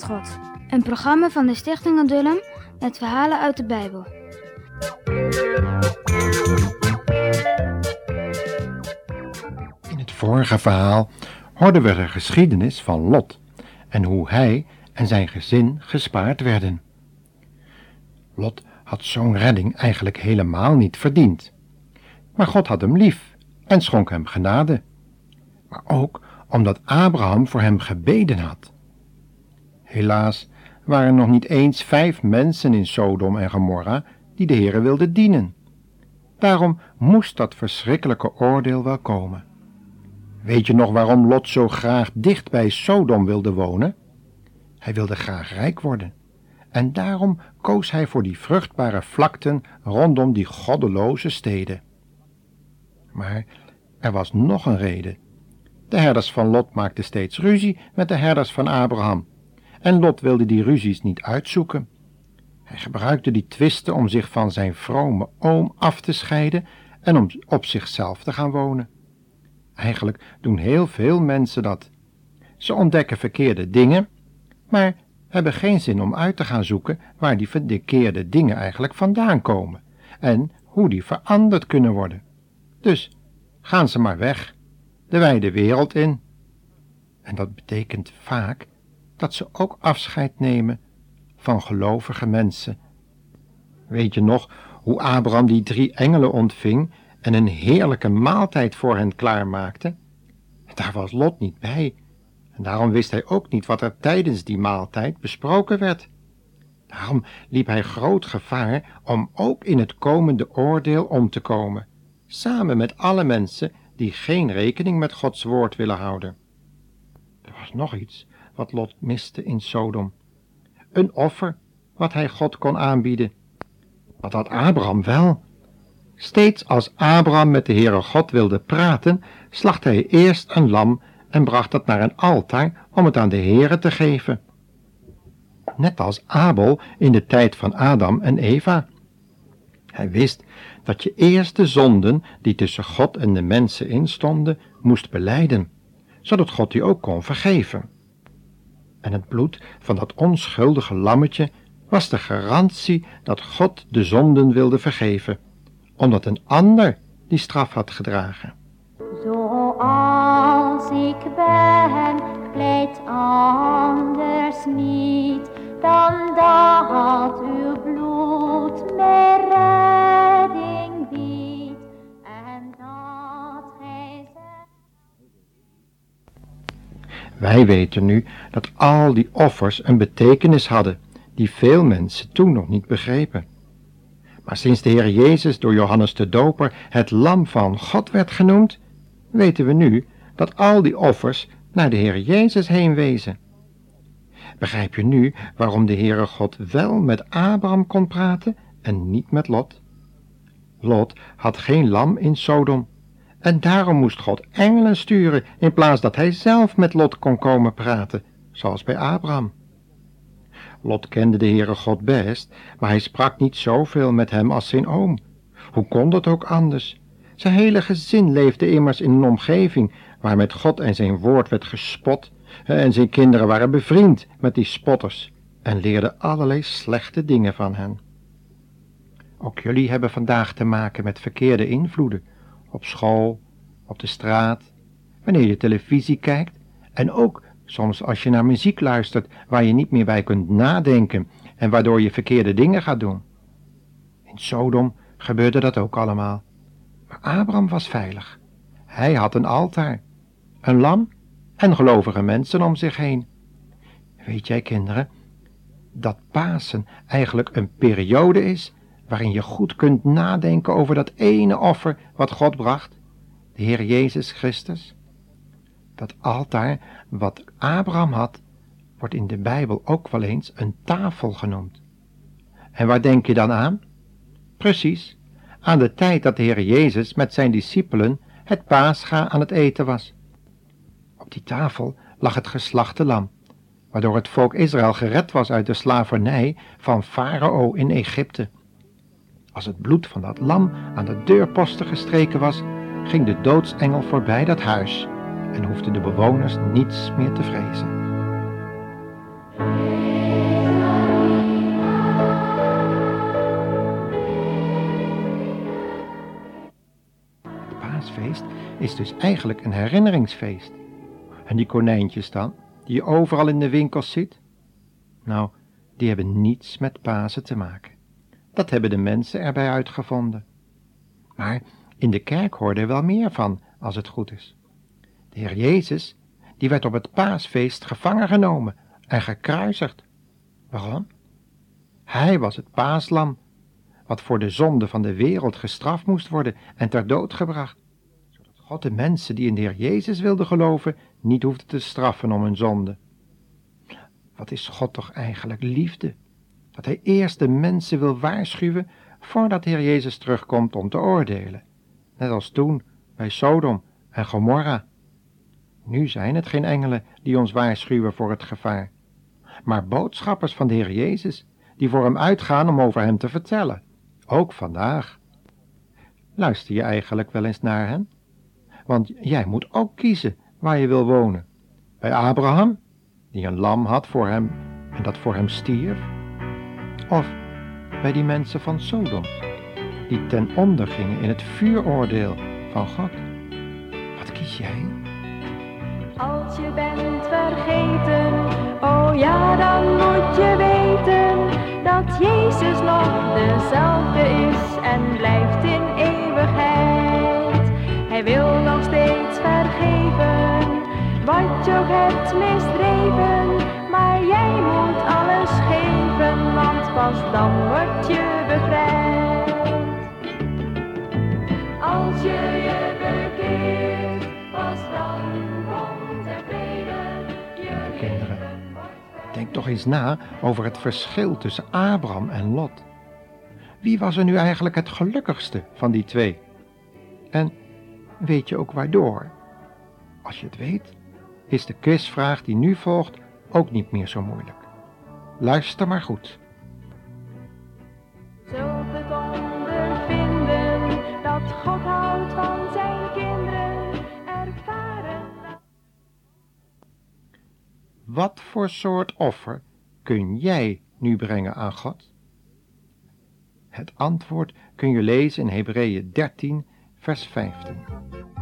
met God. Een programma van de Stichting Adullam met verhalen uit de Bijbel. In het vorige verhaal hoorden we de geschiedenis van Lot en hoe hij en zijn gezin gespaard werden. Lot had zo'n redding eigenlijk helemaal niet verdiend. Maar God had hem lief en schonk hem genade. Maar ook omdat Abraham voor hem gebeden had. Helaas waren er nog niet eens 5 mensen in Sodom en Gomorra die de Heere wilden dienen. Daarom moest dat verschrikkelijke oordeel wel komen. Weet je nog waarom Lot zo graag dicht bij Sodom wilde wonen? Hij wilde graag rijk worden. En daarom koos hij voor die vruchtbare vlakten rondom die goddeloze steden. Maar er was nog een reden. De herders van Lot maakten steeds ruzie met de herders van Abraham. En Lot wilde die ruzies niet uitzoeken. Hij gebruikte die twisten om zich van zijn vrome oom af te scheiden en om op zichzelf te gaan wonen. Eigenlijk doen heel veel mensen dat. Ze ontdekken verkeerde dingen, maar hebben geen zin om uit te gaan zoeken waar die verkeerde dingen eigenlijk vandaan komen en hoe die veranderd kunnen worden. Dus gaan ze maar weg, de wijde wereld in. En dat betekent vaak dat ze ook afscheid nemen van gelovige mensen. Weet je nog hoe Abraham die 3 engelen ontving en een heerlijke maaltijd voor hen klaarmaakte? Daar was Lot niet bij. En daarom wist hij ook niet wat er tijdens die maaltijd besproken werd. Daarom liep hij groot gevaar om ook in het komende oordeel om te komen, samen met alle mensen die geen rekening met Gods woord willen houden. Er was nog iets wat Lot miste in Sodom. Een offer wat hij God kon aanbieden. Dat had Abraham wel. Steeds als Abraham met de Heere God wilde praten, slachtte hij eerst een lam en bracht het naar een altaar om het aan de Heere te geven. Net als Abel in de tijd van Adam en Eva. Hij wist dat je eerst de zonden die tussen God en de mensen instonden, moest belijden, zodat God die ook kon vergeven. En het bloed van dat onschuldige lammetje was de garantie dat God de zonden wilde vergeven, omdat een ander die straf had gedragen. Zoals ik ben, pleit anders niet dan dat uw bloed mij redding biedt en dat gij zegt. Wij weten nu dat al die offers een betekenis hadden die veel mensen toen nog niet begrepen. Maar sinds de Heer Jezus door Johannes de Doper het lam van God werd genoemd, weten we nu dat al die offers naar de Heer Jezus heen wezen. Begrijp je nu waarom de Heere God wel met Abraham kon praten en niet met Lot? Lot had geen lam in Sodom en daarom moest God engelen sturen in plaats dat hij zelf met Lot kon komen praten, zoals bij Abraham. Lot kende de Heere God best, maar hij sprak niet zoveel met hem als zijn oom. Hoe kon dat ook anders? Zijn hele gezin leefde immers in een omgeving waar met God en zijn woord werd gespot, en zijn kinderen waren bevriend met die spotters en leerden allerlei slechte dingen van hen. Ook jullie hebben vandaag te maken met verkeerde invloeden, op school, op de straat, wanneer je televisie kijkt en ook soms als je naar muziek luistert waar je niet meer bij kunt nadenken en waardoor je verkeerde dingen gaat doen. In Sodom gebeurde dat ook allemaal. Maar Abraham was veilig. Hij had een altaar, een lam en gelovige mensen om zich heen. Weet jij, kinderen, dat Pasen eigenlijk een periode is waarin je goed kunt nadenken over dat ene offer wat God bracht, de Heer Jezus Christus? Dat altaar wat Abraham had, wordt in de Bijbel ook wel eens een tafel genoemd. En waar denk je dan aan? Precies, aan de tijd dat de Heer Jezus met zijn discipelen het paascha aan het eten was. Op die tafel lag het geslachte lam, waardoor het volk Israël gered was uit de slavernij van Farao in Egypte. Als het bloed van dat lam aan de deurposten gestreken was, ging de doodsengel voorbij dat huis en hoefden de bewoners niets meer te vrezen. paasfeest is dus eigenlijk een herinneringsfeest. En die konijntjes dan, die je overal in de winkels ziet? Nou, die hebben niets met Pasen te maken. Dat hebben de mensen erbij uitgevonden. Maar in de kerk hoorde er wel meer van, als het goed is. De Heer Jezus, die werd op het paasfeest gevangen genomen en gekruisigd. Waarom? Hij was het paaslam, wat voor de zonde van de wereld gestraft moest worden en ter dood gebracht, zodat God de mensen die in de Heer Jezus wilden geloven niet hoefde te straffen om hun zonde. Wat is God toch eigenlijk liefde, dat hij eerst de mensen wil waarschuwen voordat de Heer Jezus terugkomt om te oordelen, net als toen bij Sodom en Gomorra. Nu zijn het geen engelen die ons waarschuwen voor het gevaar, maar boodschappers van de Heer Jezus, die voor hem uitgaan om over hem te vertellen, ook vandaag. Luister je eigenlijk wel eens naar hen? Want jij moet ook kiezen waar je wil wonen. Bij Abraham, die een lam had voor hem en dat voor hem stierf? Of bij die mensen van Sodom, die ten onder gingen in het vuuroordeel van God? Wat kies jij? Als je bent vergeten, oh ja, dan moet je weten dat Jezus nog dezelfde is en blijft in eeuwigheid. Hij wil nog steeds vergeven, wat je ook hebt misdreven, maar jij moet alles geven, want pas dan word je bevrijd. Als je je bekeert, pas dan komt er vrede. Kinderen, denk toch eens na over het verschil tussen Abraham en Lot. Wie was er nu eigenlijk het gelukkigste van die twee? En weet je ook waardoor? Als je het weet, is de quizvraag die nu volgt ook niet meer zo moeilijk. Luister maar goed. Zult het ondervinden dat God houdt van zijn kinderen, ervaren. Wat voor soort offer kun jij nu brengen aan God? Het antwoord kun je lezen in Hebreeën 13, vers 15.